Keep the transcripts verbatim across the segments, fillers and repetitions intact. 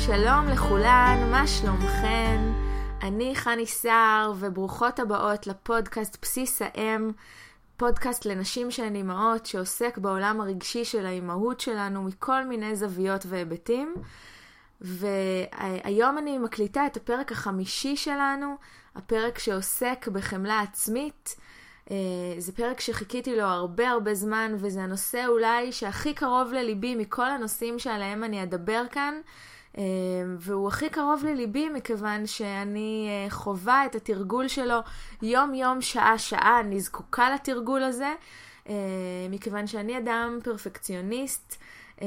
שלום לכולן, מה שלומכן? אני חני סער וברוכות הבאות לפודקאסט בסיס האם, פודקאסט לנשים שהן אימהות שעוסק בעולם הרגשי של האימהות שלנו מכל מיני זוויות והיבטים. והיום אני מקליטה את הפרק החמישי שלנו, הפרק שעוסק בחמלה עצמית. זה פרק שחיכיתי לו הרבה הרבה זמן, וזה הנושא אולי שהכי קרוב לליבי מכל הנושאים שעליהם אני אדבר כאן, והוא הכי קרוב לליבי מכיוון שאני חובה את התרגול שלו יום יום שעה שעה. אני זקוקה לתרגול הזה מכיוון שאני אדם פרפקציוניסט,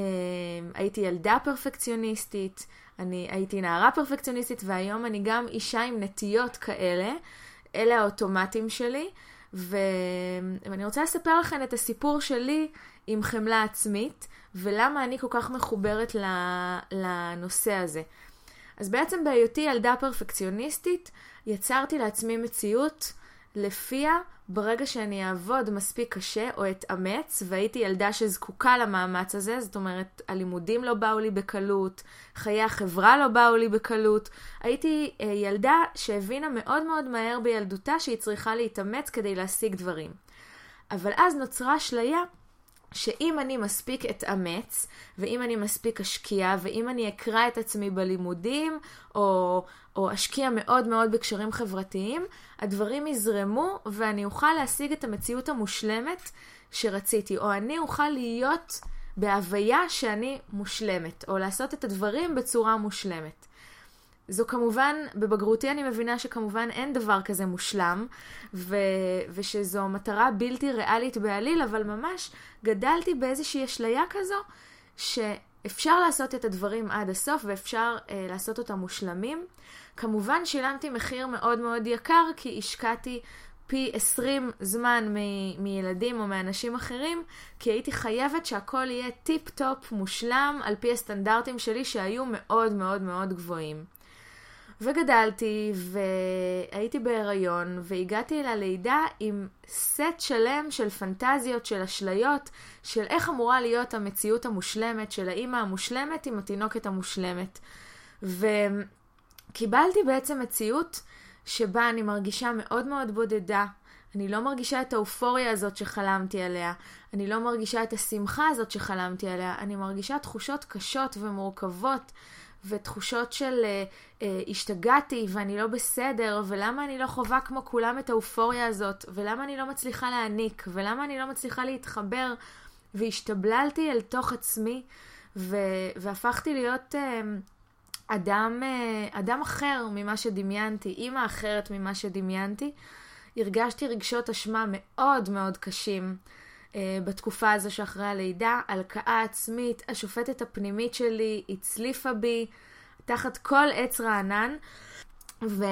הייתי ילדה פרפקציוניסטית, אני הייתי נערה פרפקציוניסטית, והיום אני גם אישה עם נטיות כאלה. אלה האוטומטים שלי, ו... ואני רוצה לספר לכם את הסיפור שלי עם חמלה עצמית, ולמה אני כל כך מחוברת לנושא הזה. אז בעצם בהיותי ילדה פרפקציוניסטית, יצרתי לעצמי מציאות לפיה ברגע שאני אעבוד מספיק קשה או אתאמץ, והייתי ילדה שזקוקה למאמץ הזה, זאת אומרת, הלימודים לא באו לי בקלות, חיי החברה לא באו לי בקלות, הייתי ילדה שהבינה מאוד מאוד מהר בילדותה שהיא צריכה להתאמץ כדי להשיג דברים. אבל אז נוצרה אשליה שאם אני מספיק אתאמץ, ואם אני מספיק אשקיע, ואם אני אקרא את עצמי בלימודים, או, או אשקיע מאוד מאוד בקשרים חברתיים, הדברים יזרמו, ואני אוכל להשיג את המציאות המושלמת שרציתי, או אני אוכל להיות בהוויה שאני מושלמת, או לעשות את הדברים בצורה מושלמת. זו כמובן, בבגרותי אני מבינה שכמובן אין דבר כזה מושלם, ו, ושזו מטרה בלתי ריאלית בעליל, אבל ממש גדלתי באיזושהי אשליה כזו, שאפשר לעשות את הדברים עד הסוף, ואפשר אה, לעשות אותם מושלמים. כמובן שילמתי מחיר מאוד מאוד יקר, כי השקעתי פי עשרים זמן מ- מילדים או מאנשים אחרים, כי הייתי חייבת שהכל יהיה טיפ טופ מושלם, על פי הסטנדרטים שלי שהיו מאוד מאוד מאוד גבוהים. וגדלתי והייתי בהיריון והגעתי ללידה עם סט שלם של פנטזיות, של אשליות, של איך אמורה להיות המציאות המושלמת, של האמא המושלמת עם התינוקת המושלמת. וקיבלתי בעצם מציאות שבה אני מרגישה מאוד מאוד בודדה. אני לא מרגישה את האופוריה הזאת שחלמתי עליה. אני לא מרגישה את השמחה הזאת שחלמתי עליה. אני מרגישה תחושות קשות ומורכבות, ותחושות של אה, אה, השתגעתי ואני לא בסדר, ולמה אני לא חובה כמו כולם את האופוריה הזאת, ולמה אני לא מצליחה להעניק, ולמה אני לא מצליחה להתחבר, והשתבללתי אל תוך עצמי, ו- והפכתי להיות אה, אדם, אה, אדם אחר ממה שדמיינתי, אמא אחרת ממה שדמיינתי. הרגשתי רגשות אשמה מאוד מאוד קשים, בתקופה הזו שאחרי הלידה, הלקאה עצמית, השופטת הפנימית שלי הצליפה בי תחת כל עץ רענן, ו...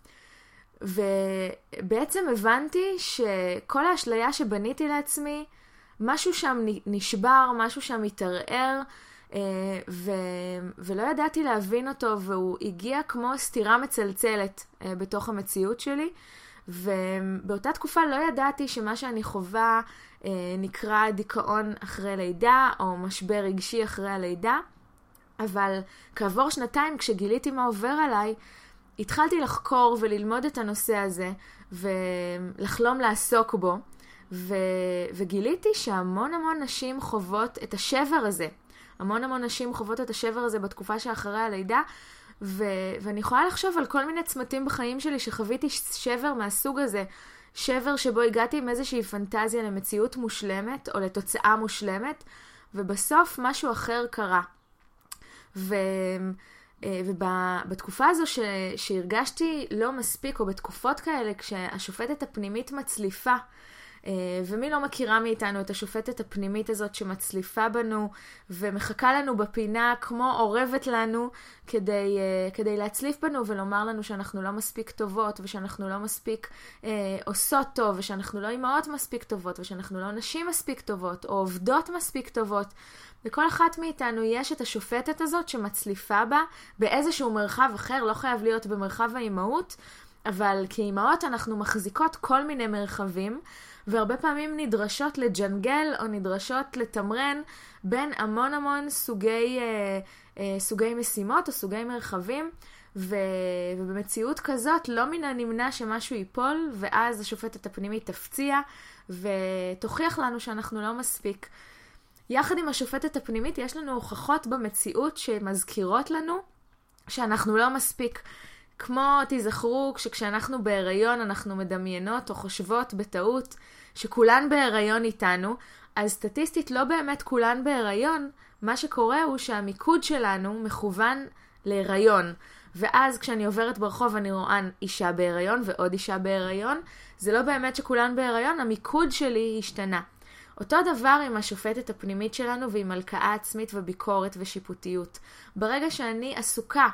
ובעצם הבנתי שכל האשליה שבניתי לעצמי, משהו שם נשבר, משהו שם התערער, ו... ולא ידעתי להבין אותו, והוא הגיע כמו סתירה מצלצלת בתוך המציאות שלי, ובאותה תקופה לא ידעתי שמה שאני חובה נקרא דיכאון אחרי לידה או משבר רגשי אחרי הלידה, אבל כעבור שנתיים כשגיליתי מה עובר עליי, התחלתי לחקור וללמוד את הנושא הזה ולחלום לעסוק בו, ו... וגיליתי שהמון המון נשים חוות את השבר הזה, המון המון נשים חוות את השבר הזה בתקופה שאחרי הלידה, ו... ואני יכולה לחשוב על כל מיני צמתים בחיים שלי שחוויתי שבר מהסוג הזה, שבר שבו הגעתי עם איזושהי פנטזיה למציאות מושלמת או לתוצאה מושלמת, ובסוף משהו אחר קרה. ו... ובתקופה הזו ש... שהרגשתי לא מספיק, או בתקופות כאלה כשהשופטת הפנימית מצליפה, ומי לא מכירה מאיתנו את השופטת הפנימית הזאת שמצליפה בנו ומחכה לנו בפינה כמו עורבת לנו כדי, כדי להצליף בנו ולומר לנו שאנחנו לא מספיק טובות ושאנחנו לא מספיק אה, עושות טוב ושאנחנו לא אימהות מספיק טובות ושאנחנו לא נשים מספיק טובות או עובדות מספיק טובות. לכל אחת מאיתנו יש את השופטת הזאת שמצליפה בה באיזשהו מרחב אחר, לא חייב להיות במרחב האימהות, אבל כאימהות אנחנו מחזיקות כל מיני מרחבים, והרבה פעמים נדרשות לג'נגל או נדרשות לתמרן בין המון המון סוגי, אה, אה, סוגי משימות או סוגי מרחבים, ו... ובמציאות כזאת לא מן הנמנע שמשהו ייפול, ואז השופטת הפנימית תפציע ותוכיח לנו שאנחנו לא מספיק. יחד עם השופטת הפנימית יש לנו הוכחות במציאות שמזכירות לנו שאנחנו לא מספיק. כמו תזכרו שכשאנחנו בהיריון אנחנו מדמיינות או חושבות בטעות שכולן בהיריון איתנו, אז סטטיסטית לא באמת כולן בהיריון. מה שקורה הוא שהמיקוד שלנו מכוון להיריון. ואז כשאני עוברת ברחוב אני רואה אישה בהיריון ועוד אישה בהיריון. זה לא באמת שכולן בהיריון, המיקוד שלי השתנה. אותו דבר עם השופטת הפנימית שלנו ועם הלקאה עצמית וביקורת ושיפוטיות. ברגע שאני עסוקה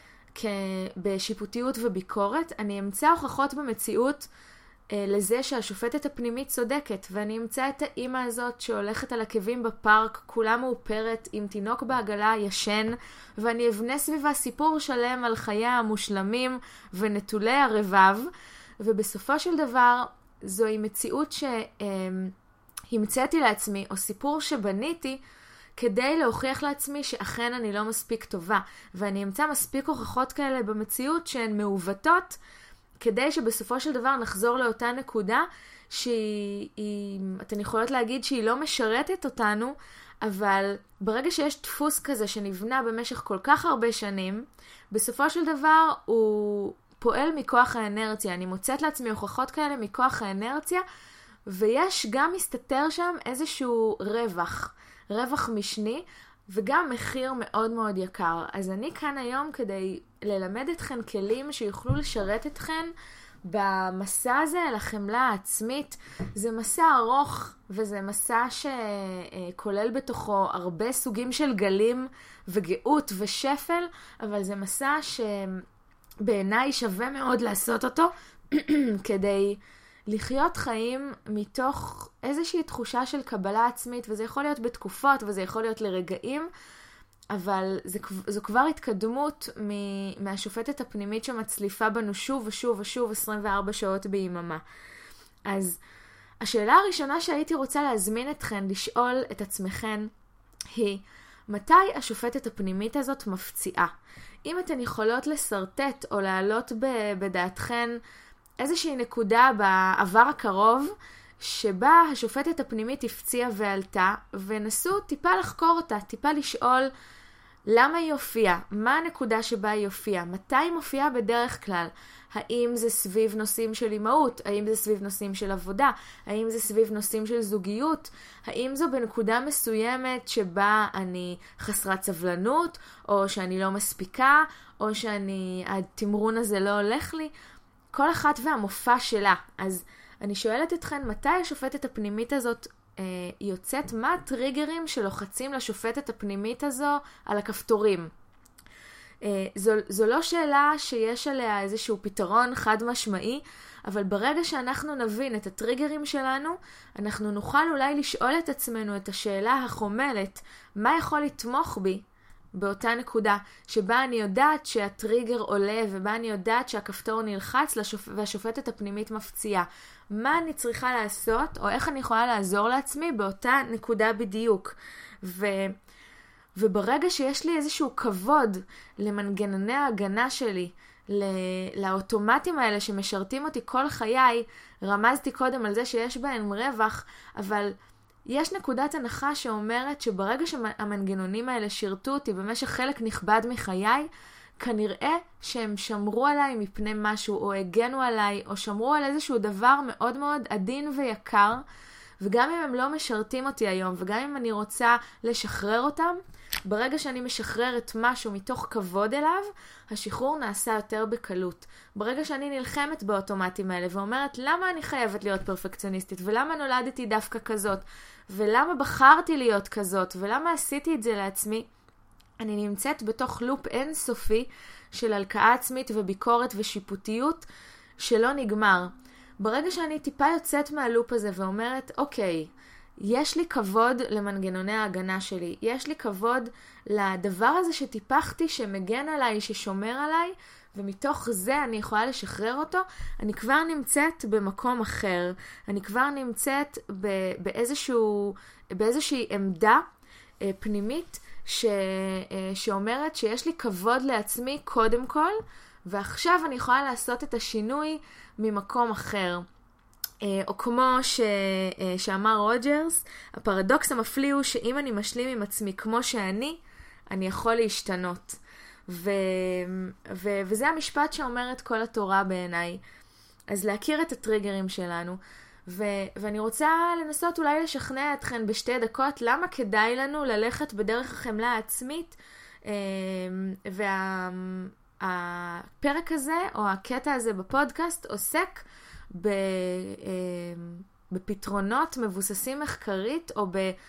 בשיפוטיות וביקורת, אני אמצא הוכחות במציאות אה, לזה שהשופטת הפנימית צודקת, ואני אמצא את האמא הזאת שהולכת על עקבים בפארק, כולה מאופרת, עם תינוק בעגלה ישן, ואני אבנה סביבה סיפור שלם על חייה המושלמים ונטולי הרבב, ובסופו של דבר זוהי מציאות שהמצאתי לעצמי, או סיפור שבניתי, כדי להוכיח לעצמי שאכן אני לא מספיק טובה, ואני אמצא מספיק הוכחות כאלה במציאות שהן מעוותות, כדי שבסופו של דבר נחזור לאותה נקודה שהיא, היא, אתן יכולות להגיד שהיא לא משרתת אותנו, אבל ברגע שיש דפוס כזה שנבנה במשך כל כך הרבה שנים, בסופו של דבר הוא פועל מכוח האנרציה. אני מוצאת לעצמי הוכחות כאלה מכוח האנרציה, ויש גם מסתתר שם איזשהו רווח, רווח משני, וגם מחיר מאוד מאוד יקר. אז אני כאן היום כדי ללמד אתכן כלים שיוכלו לשרת אתכן במסע הזה אל החמלה העצמית. זה מסע ארוך, וזה מסע שכולל בתוכו הרבה סוגים של גלים וגאות ושפל, אבל זה מסע שבעיניי שווה מאוד לעשות אותו כדי לחיות חיים מתוך איזושהי תחושה של קבלה עצמית, וזה יכול להיות בתקופות, וזה יכול להיות לרגעים, אבל זה, זו כבר התקדמות מ, מהשופטת הפנימית שמצליפה בנו שוב ושוב ושוב עשרים וארבע שעות ביממה. אז השאלה הראשונה שהייתי רוצה להזמין אתכן לשאול את עצמכן היא, מתי השופטת הפנימית הזאת מפציעה? אם אתן יכולות לסרטט או להעלות בדעתכן איזושהי נקודה בעבר הקרוב שבה השופטת הפנימית הפציעה ועלתה, ונסו טיפה לחקור אותה, טיפה לשאול למה היא הופיעה, מה הנקודה שבה היא הופיעה, מתי היא מופיעה בדרך כלל, האם זה סביב נושאים של אימהות, האם זה סביב נושאים של עבודה, האם זה סביב נושאים של זוגיות, האם זו בנקודה מסוימת שבה אני חסרת סבלנות, או שאני לא מספיקה, או שאני, התמרון הזה לא הולך לי, כל אחת והמופע שלה. אז אני שואלת אתכן, מתי השופטת הפנימית הזאת אה, יוצאת? מה הטריגרים שלוחצים לשופטת הפנימית הזו על הכפתורים? אה, זו, זו לא שאלה שיש עליה איזשהו פתרון חד משמעי, אבל ברגע שאנחנו נבין את הטריגרים שלנו, אנחנו נוכל אולי לשאול את עצמנו את השאלה החומלת, מה יכול לתמוך בי? באותה נקודה שבה אני יודעת שהטריגר עולה ובה אני יודעת שהכפתור נלחץ לשופ... והשופטת הפנימית מפציעה. מה אני צריכה לעשות או איך אני יכולה לעזור לעצמי באותה נקודה בדיוק. ו... וברגע שיש לי איזשהו כבוד למנגנוני ההגנה שלי, לא... לאוטומטים האלה שמשרתים אותי כל חיי, רמזתי קודם על זה שיש בהם רווח, אבל יש נקודת הנחה שאומרת שברגע שהמנגנונים האלה שירתו אותי במשך חלק נכבד מחיי, כנראה שהם שמרו עליי מפני משהו, או הגנו עליי, או שמרו על איזשהו דבר מאוד מאוד עדין ויקר, וגם אם הם לא משרתים אותי היום, וגם אם אני רוצה לשחרר אותם, ברגע שאני משחררת משהו מתוך כבוד אליו, השחרור נעשה יותר בקלות. ברגע שאני נלחמת באוטומטים האלה ואומרת למה אני חייבת להיות פרפקציוניסטית, ולמה נולדתי דווקא כזאת, ולמה בחרתי להיות כזאת, ולמה עשיתי את זה לעצמי, אני נמצאת בתוך לופ אינסופי של הלקאה עצמית וביקורת ושיפוטיות שלא נגמר. ברגע שאני טיפה יוצאת מהלופ הזה ואומרת, אוקיי, יש לי כבוד למנגנוני ההגנה שלי, יש לי כבוד לדבר הזה שטיפחתי, שמגן עליי, ששומר עליי, ומתוך זה אני יכולה לשחרר אותו, אני כבר נמצאת במקום אחר, אני כבר נמצאת באיזשהו, באיזושהי עמדה פנימית ש, שאומרת שיש לי כבוד לעצמי קודם כל, ועכשיו אני יכולה לעשות את השינוי ממקום אחר. או כמו ש... שאמר רוג'רס, הפרדוקס המפליא הוא שאם אני משלים עם עצמי כמו שאני, אני יכול להשתנות. ו... ו... וזה המשפט שאומר את כל התורה בעיניי. אז להכיר את הטריגרים שלנו. ו... ואני רוצה לנסות אולי לשכנע אתכן בשתי דקות למה כדאי לנו ללכת בדרך החמלה העצמית. והפרק הזה, או הקטע הזה בפודקאסט, עוסק בפתרונות מבוססים מחקרית, או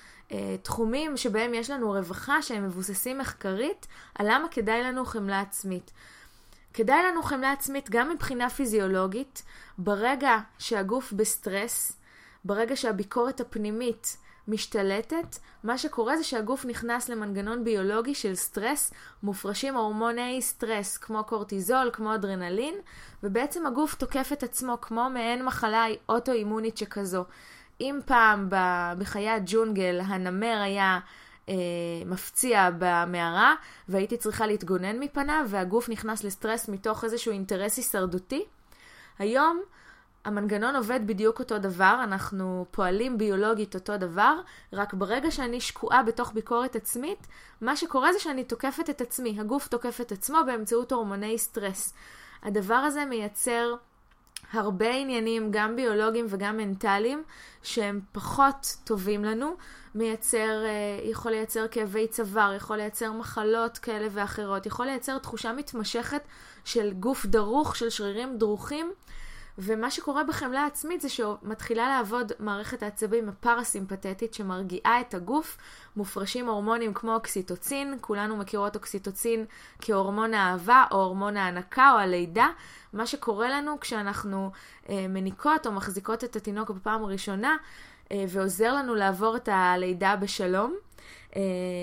בתחומים שבהם יש לנו רווחה שהם מבוססים מחקרית, על למה כדאי לנו חמלה עצמית. כדאי לנו חמלה עצמית גם מבחינה פיזיולוגית, ברגע שהגוף בסטרס, ברגע שהביקורת הפנימית משתלטת, מה שקורה זה שהגוף נכנס למנגנון ביולוגי של סטרס, מופרשים הורמוני סטרס כמו קורטיזול, כמו אדרנלין, ובעצם הגוף תוקף את עצמו כמו מעין מחלה אוטואימונית שכזו. אם פעם בחיי הג'ונגל הנמר היה אה, מפציע במערה, והייתי צריכה להתגונן מפניו, והגוף נכנס לסטרס מתוך איזשהו אינטרס הישרדותי, היום המנגנון עובד בדיוק אותו דבר, אנחנו פועלים ביולוגית אותו דבר, רק ברגע שאני שקועה בתוך ביקורת עצמית, מה שקורה זה שאני תוקפת את עצמי, הגוף תוקף את עצמו באמצעות הורמוני סטרס. הדבר הזה מייצר הרבה עניינים, גם ביולוגיים וגם מנטליים, שהם פחות טובים לנו, מייצר, יכול לייצר כאבי צוואר, יכול לייצר מחלות כאלה ואחרות, יכול לייצר תחושה מתמשכת של גוף דרוך, של שרירים דרוכים, ומה שקורה בחמלה עצמית זה שמתחילה לעבוד מערכת העצבים הפרסימפטית שמרגיעה את הגוף, מופרשים הורמונים כמו אוקסיטוצין, כולנו מכירות אוקסיטוצין כהורמון האהבה או הורמון ההנקה או הלידה. מה שקורה לנו כשאנחנו אה, מניקות או מחזיקות את התינוק בפעם הראשונה אה, ועוזר לנו לעבור את הלידה בשלום. אה,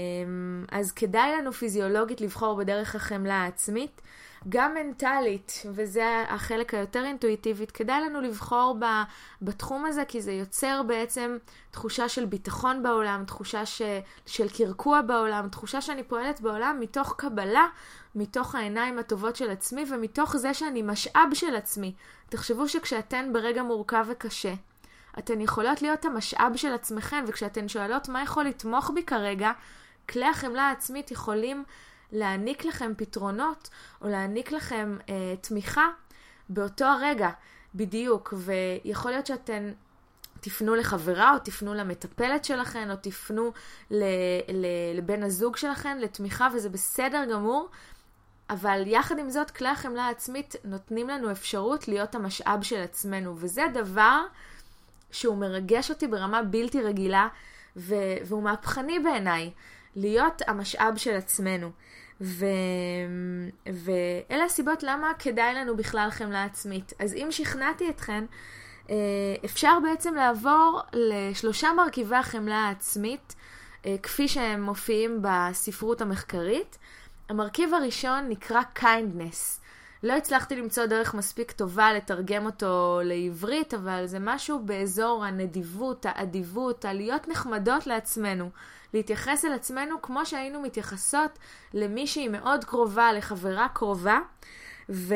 אז כדאי לנו פיזיולוגית לבחור בדרך החמלה העצמית. גם מנטלית, וזה החלק היותר אינטואיטיבית, כדאי לנו לבחור ב, בתחום הזה, כי זה יוצר בעצם תחושה של ביטחון בעולם, תחושה ש, של קרקוע בעולם, תחושה שאני פועלת בעולם מתוך קבלה, מתוך העיניים הטובות של עצמי, ומתוך זה שאני משאב של עצמי. תחשבו שכשאתן ברגע מורכב וקשה, אתן יכולות להיות המשאב של עצמכן, וכשאתן שואלות מה יכול לתמוך בי כרגע, כלי החמלה העצמית יכולים להעניק לכם פתרונות, או להעניק לכם אה, תמיכה באותו הרגע, בדיוק. ויכול להיות שאתן תפנו לחברה, או תפנו למטפלת שלכן, או תפנו ל, ל, לבן הזוג שלכן, לתמיכה, וזה בסדר גמור. אבל יחד עם זאת, כלי החמלה העצמית נותנים לנו אפשרות להיות המשאב של עצמנו, וזה דבר שהוא מרגש אותי ברמה בלתי רגילה, ו, והוא מהפכני בעיניי, להיות המשאב של עצמנו. ו... ואלה הסיבות למה כדאי לנו בכלל חמלה עצמית. אז אם שכנעתי אתכן, אפשר בעצם לעבור לשלושה מרכיבי החמלה העצמית, כפי שהם מופיעים בספרות המחקרית. המרכיב הראשון נקרא kindness. לא הצלחתי למצוא דרך מספיק טובה לתרגם אותו לעברית, אבל זה משהו באזור הנדיבות, האדיבות, הלהיות נחמדות לעצמנו. להתייחס אל עצמנו כמו שהיינו מתייחסות למישהי מאוד קרובה, לחברה קרובה. ו...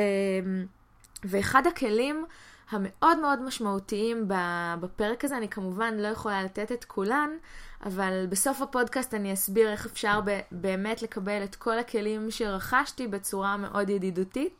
ואחד הכלים המאוד מאוד משמעותיים בפרק הזה, אני כמובן לא יכולה לתת את כולן, אבל בסוף הפודקאסט אני אסביר איך אפשר באמת לקבל את כל הכלים שרכשתי בצורה מאוד ידידותית.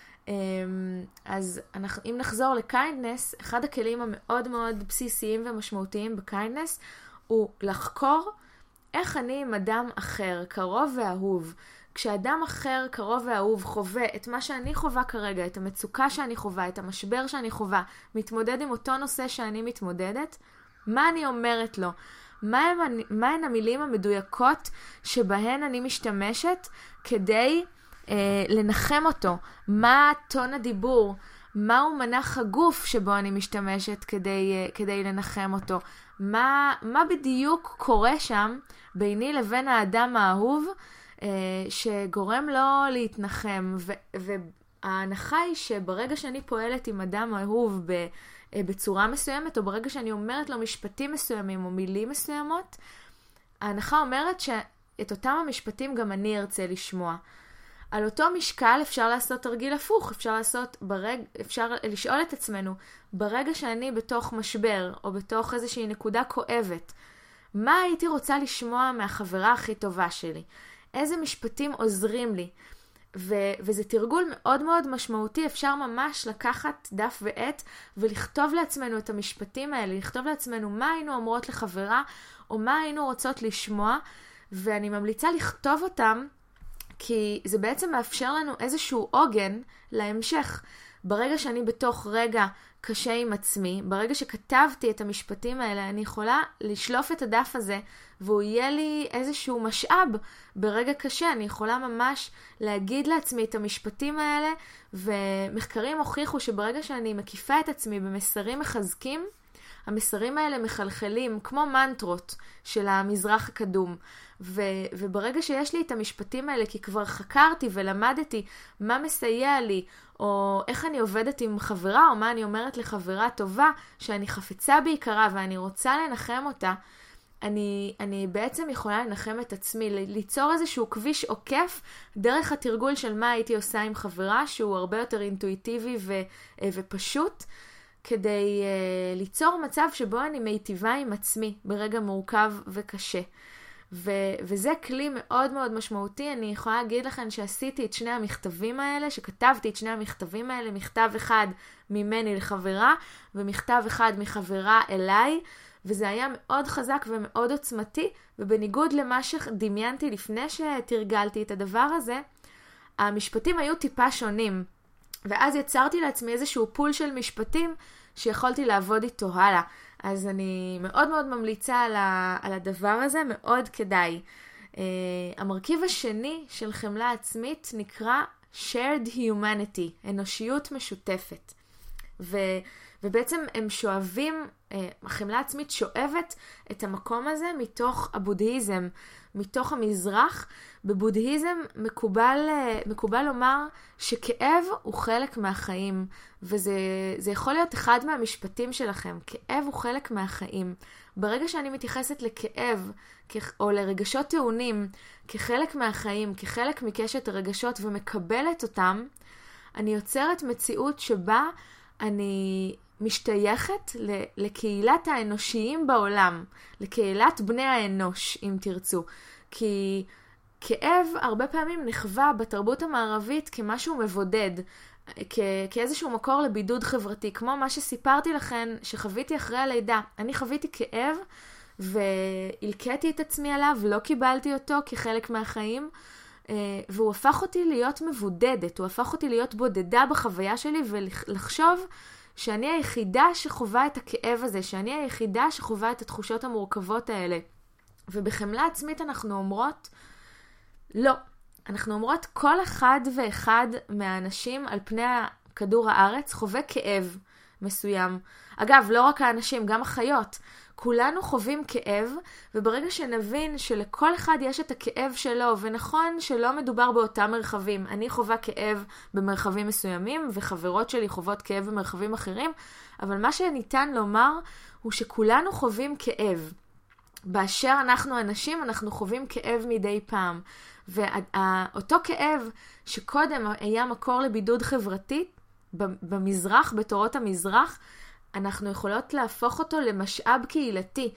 אז אנחנו, אם נחזור לקיינדנס, אחד הכלים המאוד מאוד בסיסיים ומשמעותיים בקיינדנס הוא לחקור איך אני עם אדם אחר, קרוב ואהוב. כשאדם אחר, קרוב ואהוב, חווה את מה שאני חווה כרגע, את המצוקה שאני חווה, את המשבר שאני חווה, מתמודד עם אותו נושא שאני מתמודדת, מה אני אומרת לו? מה הן, מה הן המילים המדויקות שבהן אני משתמשת כדי אה, לנחם אותו? מה טון הדיבור? מהו מנח הגוף שבו אני משתמשת כדי, אה, כדי לנחם אותו? מה, מה בדיוק קורה שם ביני לבין האדם האהוב, שגורם לו להתנחם, ו- ההנחה היא שברגע שאני פועלת עם אדם אהוב בצורה מסוימת, או ברגע שאני אומרת לו משפטים מסוימים או מילים מסוימות, ההנחה אומרת שאת אותם המשפטים גם אני ארצה לשמוע. על אותו משקל אפשר לעשות תרגיל הפוך, אפשר לעשות ברג... אפשר לשאול את עצמנו, ברגע שאני בתוך משבר, או בתוך איזושהי נקודה כואבת, מה הייתי רוצה לשמוע מהחברה הכי טובה שלי? איזה משפטים עוזרים לי? ו- וזה תרגול מאוד מאוד משמעותי, אפשר ממש לקחת דף ועט ולכתוב לעצמנו את המשפטים האלה, לכתוב לעצמנו מה היינו אומרות לחברה, או מה היינו רוצות לשמוע, ואני ממליצה לכתוב אותם, כי זה בעצם מאפשר לנו איזשהו עוגן להמשך. ברגע שאני בתוך רגע קשה עם עצמי, ברגע שכתבתי את המשפטים האלה, אני יכולה לשלוף את הדף הזה, והוא יהיה לי איזשהו משאב ברגע קשה. אני יכולה ממש להגיד לעצמי את המשפטים האלה, ומחקרים הוכיחו שברגע שאני מקיפה את עצמי במסרים מחזקים, המסרים האלה מחלחלים כמו מנטרות של המזרח הקדום. ו- וברגע שיש לי את המשפטים האלה, כי כבר חקרתי ולמדתי מה מסייע לי, או איך אני עובדת עם חברה, או מה אני אומרת לחברה טובה, שאני חפצה בעיקרה ואני רוצה לנחם אותה, אני, אני בעצם יכולה לנחם את עצמי, ליצור איזשהו כביש עוקף דרך התרגול של מה הייתי עושה עם חברה, שהוא הרבה יותר אינטואיטיבי ו- ופשוט, כדי uh, ליצור מצב שבו אני מיטיבה עם עצמי ברגע מורכב וקשה. ו- וזה כלי מאוד מאוד משמעותי. אני יכולה להגיד לכם שעשיתי את שני המכתבים האלה, שכתבתי את שני המכתבים האלה, מכתב אחד ממני לחברה, ומכתב אחד מחברה אליי, וזה היה מאוד חזק ומאוד עוצמתי, ובניגוד למה שדמיינתי לפני שתרגלתי את הדבר הזה, המשפטים היו טיפה שונים. ואז יצרתי לעצמי איזשהו פול של משפטים שיכולתי לעבוד איתו הלאה. אז אני מאוד מאוד ממליצה על, ה, על הדבר הזה, מאוד כדאי. Uh, המרכיב השני של חמלה עצמית נקרא shared humanity, אנושיות משותפת. ו, ובעצם הם שואבים, uh, החמלה עצמית שואבת את המקום הזה מתוך הבודהיזם, מתוך המזרח. בבודהיזם מקובל, מקובל לומר שכאב הוא חלק מהחיים, וזה זה יכול להיות אחד מהמשפטים שלכם. כאב הוא חלק מהחיים. ברגע שאני מתייחסת לכאב או לרגשות טעונים כחלק מהחיים, כחלק מקשת הרגשות ומקבלת אותם, אני יוצרת מציאות שבה אני משתייכת לקהילת האנושיים בעולם, לקהילת בני האנוש, אם תרצו. כי כאב הרבה פעמים נחווה בתרבות המערבית כמשהו מבודד, כ- כאיזשהו מקור לבידוד חברתי, כמו מה שסיפרתי לכם שחוויתי אחרי הלידה. אני חוויתי כאב והלקטתי את עצמי עליו, לא קיבלתי אותו כחלק מהחיים, והוא הפך אותי להיות מבודדת, הוא הפך אותי להיות בודדה בחוויה שלי ולחשוב שאני היחידה שחווה את הכאב הזה, שאני היחידה שחווה את התחושות המורכבות האלה. ובחמלה עצמית אנחנו אומרות, לא. אנחנו אומרות, כל אחד ואחד מהאנשים על פני כדור הארץ חווה כאב מסוים. אגב, לא רק האנשים, גם החיות. כולנו חווים כאב, וברגע שנבין שלכל אחד יש את הכאב שלו, ונכון שלא מדובר באותם מרחבים. אני חווה כאב במרחבים מסוימים, וחברות שלי חוות כאב במרחבים אחרים, אבל מה שניתן לומר הוא שכולנו חווים כאב. באשר אנחנו אנשים, אנחנו חווים כאב מדי פעם. ואותו כאב שקודם היה מקור לבידוד חברתי, במזרח, בתורות המזרח, אנחנו יכולות להפוך אותו למשאב קהילתי,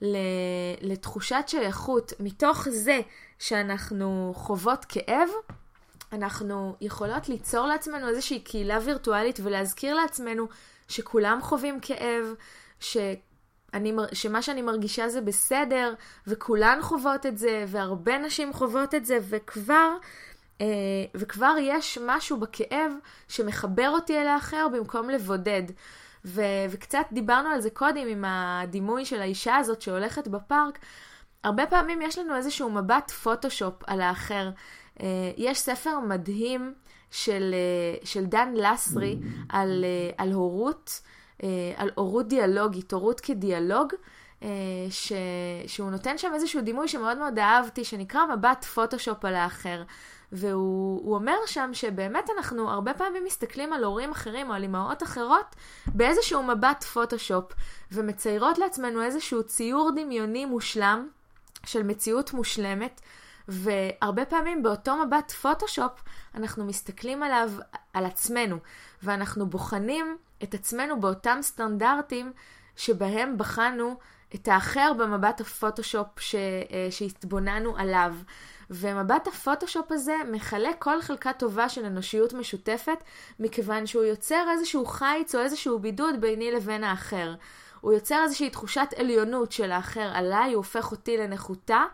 לתחושת שייכות. מתוך זה שאנחנו חוות כאב, אנחנו יכולות ליצור לעצמנו איזושהי קהילה וירטואלית, ולהזכיר לעצמנו שכולם חווים כאב, ש... אני, שמה שאני מרגישה זה בסדר, וכולן חוות את זה, והרבה נשים חוות את זה, וכבר, אה, וכבר יש משהו בכאב שמחבר אותי אל האחר במקום לבודד. ו, וקצת דיברנו על זה קודם עם הדימוי של האישה הזאת שהולכת בפארק. הרבה פעמים יש לנו איזשהו מבט פוטושופ על האחר. אה, יש ספר מדהים של, אה, של דן לסרי על, אה, על הורות, על הורות דיאלוגית, הורות כדיאלוג, ש... שהוא נותן שם איזשהו דימוי שמאוד מאוד אהבתי, שנקרא מבט פוטושופ על האחר. והוא אומר שם שבאמת אנחנו הרבה פעמים מסתכלים על הורים אחרים או על אמהות אחרות באיזשהו מבט פוטושופ, ומציירות לעצמנו איזשהו ציור דמיוני מושלם של מציאות מושלמת, והרבה פעמים באותו מבט פוטושופ אנחנו מסתכלים עליו, על עצמנו, ואנחנו בוחנים את עצמנו באותם סטנדרטים שבהם בחנו את האחר במבט הפוטושופ ש... שהתבוננו עליו. ומבט הפוטושופ הזה מחלק כל חלקה טובה של אנושיות משותפת, מכיוון שהוא יוצר איזשהו חיץ או איזשהו בידוד ביני לבין האחר. הוא יוצר איזושהי תחושת עליונות של האחר עליי, הוא הופך אותי לנחותה,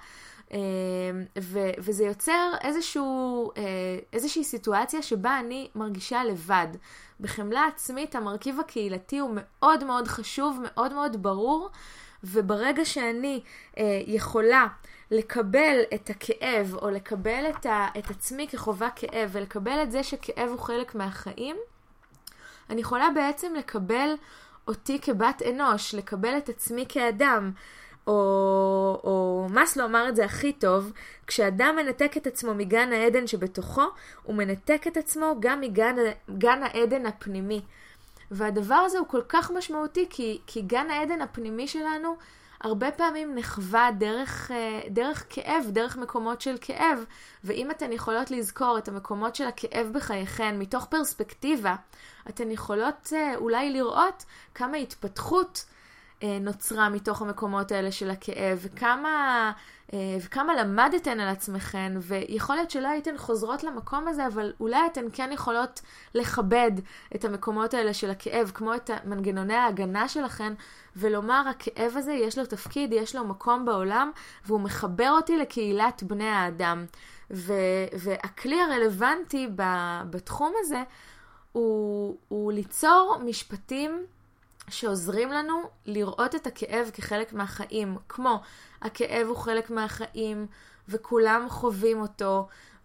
ו- וזה יוצר איזשהו, איזושהי סיטואציה שבה אני מרגישה לבד. בחמלה עצמית המרכיב הקהילתי הוא מאוד מאוד חשוב, מאוד מאוד ברור, וברגע שאני יכולה לקבל את הכאב, או לקבל את, ה- את עצמי כחובה כאב, ולקבל את זה שכאב הוא חלק מהחיים, אני יכולה בעצם לקבל אותי כבת אנוש, לקבל את עצמי כאדם, או, או מסלו אמר את זה הכי טוב, כשאדם מנתק את עצמו מגן העדן שבתוכו, הוא מנתק את עצמו גם מגן גן העדן הפנימי. והדבר הזה הוא כל כך משמעותי, כי, כי גן העדן הפנימי שלנו הרבה פעמים נחווה דרך, דרך כאב, דרך מקומות של כאב, ואם אתן יכולות לזכור את המקומות של הכאב בחייכן מתוך פרספקטיבה, אתן יכולות אולי לראות כמה התפתחות נוצרה מתוך המקומות האלה של הכאב, וכמה, וכמה למדתן על עצמכן, ויכול להיות שלא הייתן חוזרות למקום הזה, אבל אולי אתן כן יכולות לכבד את המקומות האלה של הכאב, כמו את מנגנוני ההגנה שלכן, ולומר, הכאב הזה יש לו תפקיד, יש לו מקום בעולם, והוא מחבר אותי לקהילת בני האדם. ו, והכלי הרלוונטי בתחום הזה, הוא, הוא ליצור משפטים שעוזרים לנו לראות את הכאב כחלק מהחיים, כמו הכאב הוא חלק מהחיים וכולם חווים אותו,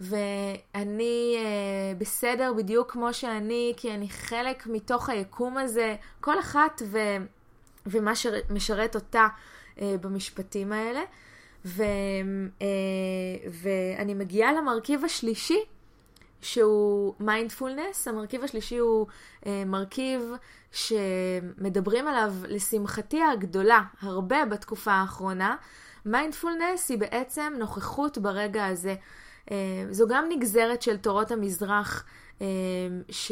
ואני אה, בסדר בדיוק כמו שאני, כי אני חלק מתוך היקום הזה, כל אחת ו, ומה שמשרת אותה אה, במשפטים האלה. ו, אה, ואני מגיעה למרכיב השלישי, שהוא מיינדפולנס. המרכיב השלישי הוא אה, מרכיב שמדברים עליו לשמחתי הגדולה הרבה בתקופה האחרונה. מיינדפולנס היא בעצם נוכחות ברגע הזה. אה, זו גם נגזרת של תורות המזרח אה, ש...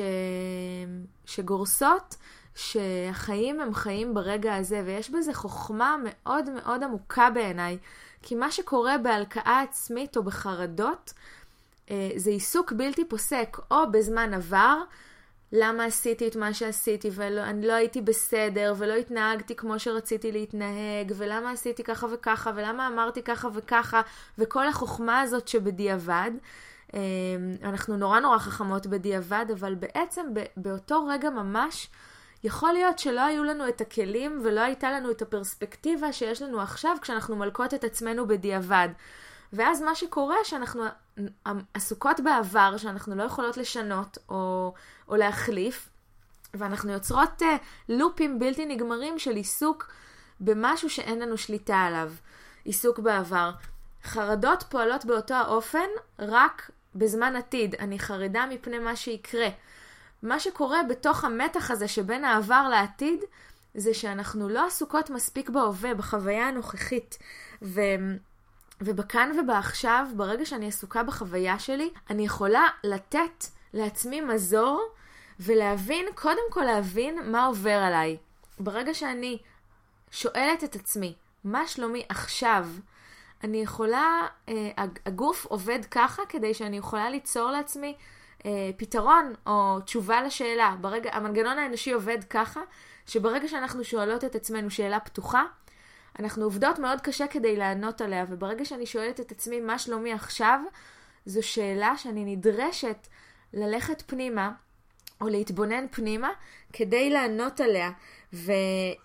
שגורסות שהחיים הם חיים ברגע הזה, ויש בזה חוכמה מאוד מאוד עמוקה בעיניי, כי מה שקורה בהלקאה עצמית או בחרדות, זה עיסוק בלתי פוסק, או בזמן עבר, למה עשיתי את מה שעשיתי, ואני לא הייתי בסדר, ולא התנהגתי כמו שרציתי להתנהג, ולמה עשיתי ככה וככה, ולמה אמרתי ככה וככה, וכל החוכמה הזאת שבדיעבד, אנחנו נורא נורא חכמות בדיעבד, אבל בעצם באותו רגע ממש, יכול להיות שלא היו לנו את הכלים, ולא הייתה לנו את הפרספקטיבה שיש לנו עכשיו, כשאנחנו מלכות את עצמנו בדיעבד. ואז מה שקורה שאנחנו עסוקות בעבר, שאנחנו לא יכולות לשנות או, או להחליף, ואנחנו יוצרות uh, לופים בלתי נגמרים של עיסוק במשהו שאין לנו שליטה עליו. עיסוק בעבר. חרדות פועלות באותו האופן, רק בזמן עתיד. אני חרדה מפני מה שיקרה. מה שקורה בתוך המתח הזה שבין העבר לעתיד, זה שאנחנו לא עסוקות מספיק בהווה, בחוויה הנוכחית. ו... ובכאן ובעכשיו, ברגע שאני עסוקה בחוויה שלי, אני יכולה לתת לעצמי מזור ולהבין, קודם כל להבין מה עובר עליי. ברגע שאני שואלת את עצמי, מה שלומי עכשיו, אני יכולה, הגוף עובד ככה כדי שאני יכולה ליצור לעצמי פתרון או תשובה לשאלה. ברגע, המנגנון האנושי עובד ככה, שברגע שאנחנו שואלות את עצמנו שאלה פתוחה, אנחנו עובדות מאוד קשה כדי לענות עליה, וברגע שאני שואלת את עצמי מה שלומי עכשיו, זו שאלה שאני נדרשת ללכת פנימה, או להתבונן פנימה, כדי לענות עליה. ו,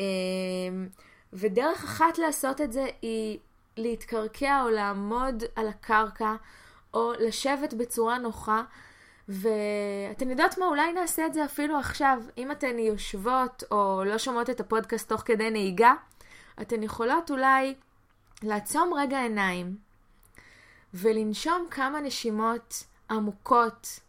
ודרך אחת לעשות את זה היא להתקרקע או לעמוד על הקרקע, או לשבת בצורה נוחה, ואתן יודעות מה, אולי נעשה את זה אפילו עכשיו. אם אתן יושבות או לא שומעות את הפודקאסט תוך כדי נהיגה, אתן יכולות אולי לעצום רגע עיניים ולנשום כמה נשימות עמוקות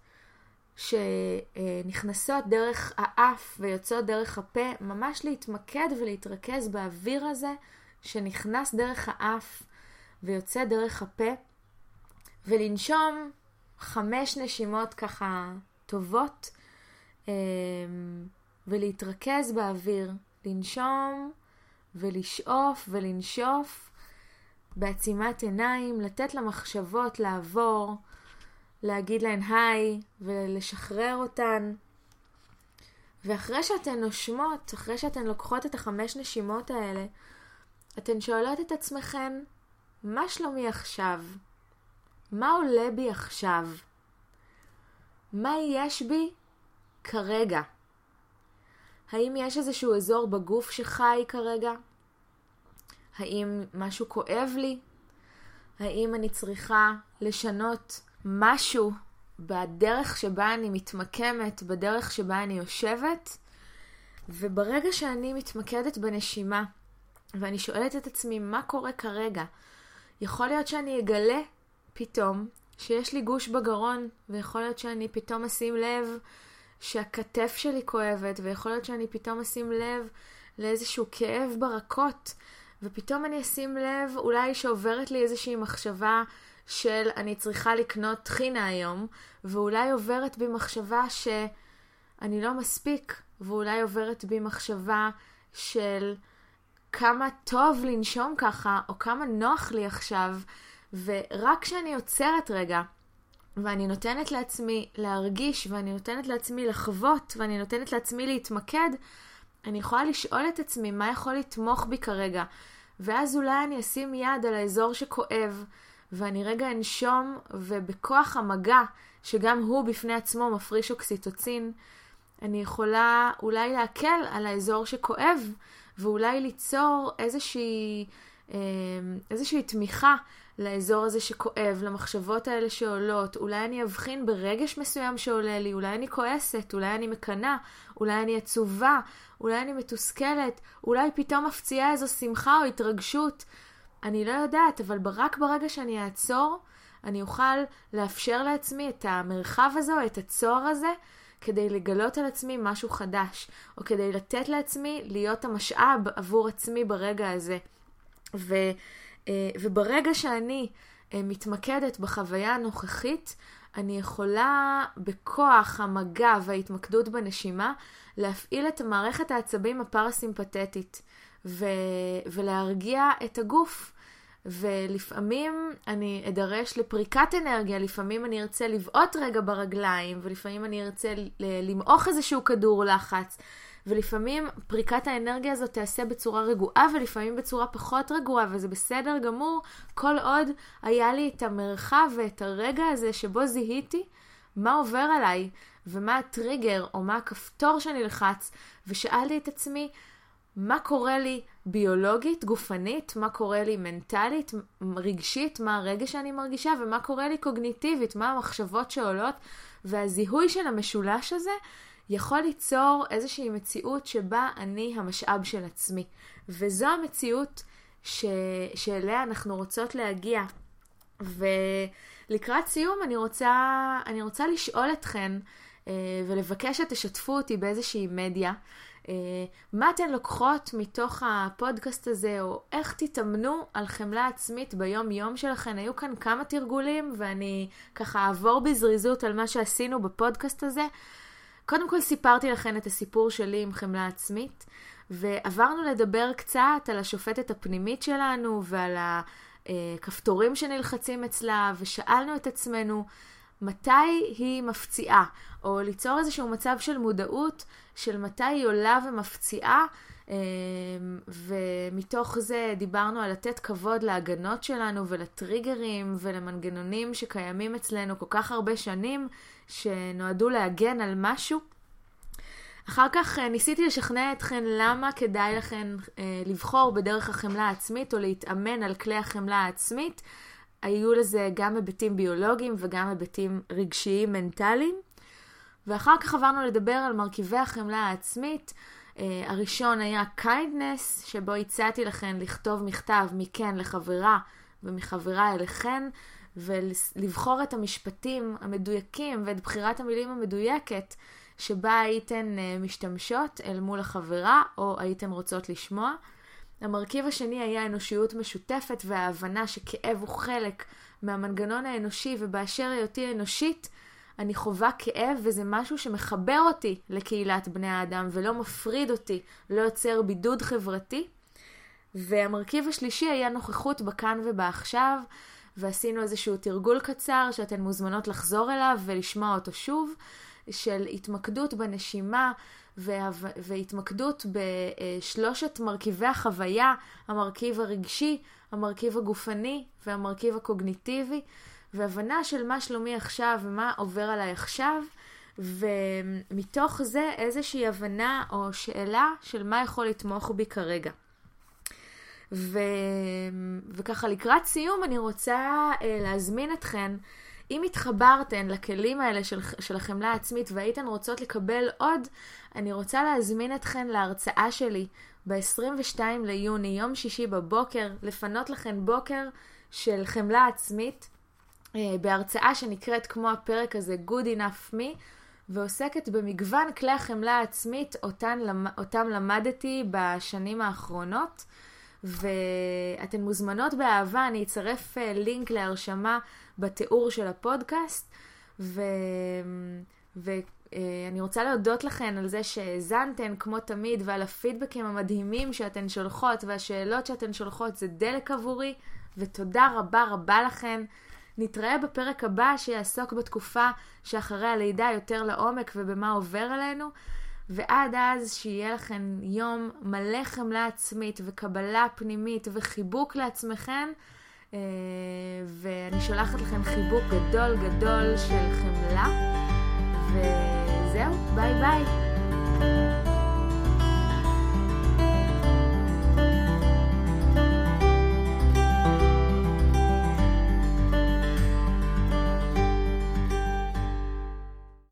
שנכנסות דרך האף ויוצאות דרך הפה, ממש להתמקד ולהתרכז באוויר הזה שנכנס דרך האף ויוצא דרך הפה, ולנשום חמש נשימות ככה טובות, ולהתרכז באוויר, לנשום ולשאוף ולנשוף בעצימת עיניים, לתת למחשבות לעבור, להגיד להן היי ולשחרר אותן. ואחרי שאתן נושמות, אחרי שאתן לוקחות את החמש נשימות האלה, אתן שואלות את עצמכן, מה שלומי עכשיו? מה עולה בי עכשיו? מה יש בי כרגע? האם יש איזשהו אזור בגוף שחי כרגע? האם משהו כואב לי? האם אני צריכה לשנות משהו בדרך שבה אני מתמקמת, בדרך שבה אני יושבת? וברגע שאני מתמקדת בנשימה, ואני שואלת את עצמי מה קורה כרגע, יכול להיות שאני אגלה פתאום שיש לי גוש בגרון, ויכול להיות שאני פתאום אשים לב שהכתף שלי כואבת, ויכול להיות שאני פתאום אשים לב לאיזשהו כאב ברקות, ופתאום אני אשים לב אולי שעוברת לי איזושהי מחשבה של אני צריכה לקנות טחינה היום, ואולי עוברת בי מחשבה שאני לא מספיק, ואולי עוברת בי מחשבה של כמה טוב לנשום ככה, או כמה נוח לי עכשיו, ורק כשאני עוצרת רגע, ואני נותנת לעצמי להרגיש, ואני נותנת לעצמי לחוות, ואני נותנת לעצמי להתמקד, אני יכולה לשאול את עצמי מה יכול לתמוך בי כרגע, ואז אולי אני אשים יד על האזור שכואב, ואני רגע אנשום, ובכוח המגע, שגם הוא בפני עצמו מפריש אוקסיטוצין, אני יכולה אולי להקל על האזור שכואב, ואולי ליצור איזושהי, איזושהי תמיכה לאזור הזה שכואב, למחשבות האלה שעולות. אולי אני אבחין ברגש מסוים שעולה לי, אולי אני כועסת, אולי אני מקנה, אולי אני עצובה, אולי אני מתוסכלת, אולי פתאום מפציעה איזו שמחה או התרגשות. אני לא יודעת, אבל רק ברגע שאני אעצור, אני אוכל לאפשר לעצמי את המרחב הזה או את הצוהר הזה, כדי לגלות על עצמי משהו חדש, או כדי לתת לעצמי להיות המשאב עבור עצמי ברגע הזה. ו, וברגע שאני מתמקדת בחוויה הנוכחית, אני יכולה בכוח המגע וההתמקדות בנשימה, להפעיל את מערכת העצבים הפרסימפתטית, ו, ולהרגיע את הגוף. ולפעמים אני אדרש לפריקת אנרגיה, לפעמים אני ארצה לבעוט רגע ברגליים, ולפעמים אני ארצה למעוך איזשהו כדור לחץ, ולפעמים פריקת האנרגיה הזאת תעשה בצורה רגועה, ולפעמים בצורה פחות רגועה, וזה בסדר גמור, כל עוד היה לי את המרחב ואת הרגע הזה שבו זיהיתי מה עובר עליי, ומה הטריגר או מה הכפתור שאני לחץ, ושאלתי את עצמי, מה קורה לי ביולוגית, גופנית, מה קורה לי מנטלית, רגשית, מה הרגע שאני מרגישה, ומה קורה לי קוגניטיבית, מה המחשבות שעולות, והזיהוי של המשולש הזה יכול ליצור איזושהי מציאות שבה אני המשאב של עצמי. וזו המציאות ש... שאליה אנחנו רוצות להגיע. ולקראת סיום אני רוצה, אני רוצה לשאול אתכן, ולבקש שתשתפו אותי באיזושהי מדיה, מה אתן לוקחות מתוך הפודקאסט הזה, או איך תתאמנו על חמלה עצמית ביום יום שלכן. היו כאן כמה תרגולים, ואני ככה אעבור בזריזות על מה שעשינו בפודקאסט הזה. קודם כל סיפרתי לכן את הסיפור שלי עם חמלה עצמית, ועברנו לדבר קצת על השופטת הפנימית שלנו, ועל הכפתורים שנלחצים אצלה, ושאלנו את עצמנו, מתי היא מפציעה, או ליצור איזשהו מצב של מודעות של מתי היא עולה ומפציעה, ומתוך זה דיברנו על לתת כבוד להגנות שלנו ולטריגרים ולמנגנונים שקיימים אצלנו כל כך הרבה שנים, שנועדו להגן על משהו. אחר כך ניסיתי לשכנע אתכן למה כדאי לכן לבחור בדרך החמלה העצמית, או להתאמן על כלי החמלה העצמית. היו לזה גם היבטים ביולוגיים וגם היבטים רגשיים מנטליים. ואחר כך עברנו לדבר על מרכיבי החמלה העצמית. Uh, הראשון היה kindness, שבו הצעתי לכן לכתוב מכתב מכן לחברה ומחברה אליכן, ולבחור את המשפטים המדויקים ואת בחירת המילים המדויקת שבה הייתן משתמשות אל מול החברה או הייתן רוצות לשמוע. המרכיב השני היה אנושיות משותפת וההבנה שכאב הוא חלק מהמנגנון האנושי, ובאשר היותי אנושית אני חווה כאב וזה משהו שמחבר אותי לקהילת בני האדם ולא מפריד אותי, לא יוצר בידוד חברתי. והמרכיב השלישי היה נוכחות בכאן ובעכשיו, ועשינו איזשהו תרגול קצר שאתן מוזמנות לחזור אליו ולשמוע אותו שוב, של התמקדות בנשימה והתמקדות בשלושת מרכיבי החוויה, המרכיב הרגשי, המרכיב הגופני והמרכיב הקוגניטיבי, והבנה של מה שלומי עכשיו ומה עובר עליי עכשיו, ומתוך זה איזושהי הבנה או שאלה של מה יכול לתמוך בי כרגע. ו... וככה לקראת סיום אני רוצה אה, להזמין אתכן, אם התחברתן לכלים האלה של, של החמלה העצמית והייתן רוצות לקבל עוד, אני רוצה להזמין אתכן להרצאה שלי ב-עשרים ושניים ליוני, יום שישי בבוקר, לפנות לכן בוקר של חמלה עצמית, אה, בהרצאה שנקראת כמו הפרק הזה Good Enough Me, ועוסקת במגוון כלי החמלה העצמית אותן, אותם למדתי בשנים האחרונות, ואתן מוזמנות באהבה, אני אצרף לינק להרשמה בתיאור של הפודקאסט, ו... ואני רוצה להודות לכן על זה שהזנתן כמו תמיד, ועל הפידבקים המדהימים שאתן שולחות, והשאלות שאתן שולחות זה דלק עבורי, ותודה רבה רבה לכן. נתראה בפרק הבא שיעסוק בתקופה שאחרי הלידה יותר לעומק ובמה עובר עלינו, ועד אז שיהיה לכם יום מלא חמלה עצמית וקבלה פנימית וחיבוק לעצמכם, ואני שולחת לכם חיבוק גדול גדול של חמלה.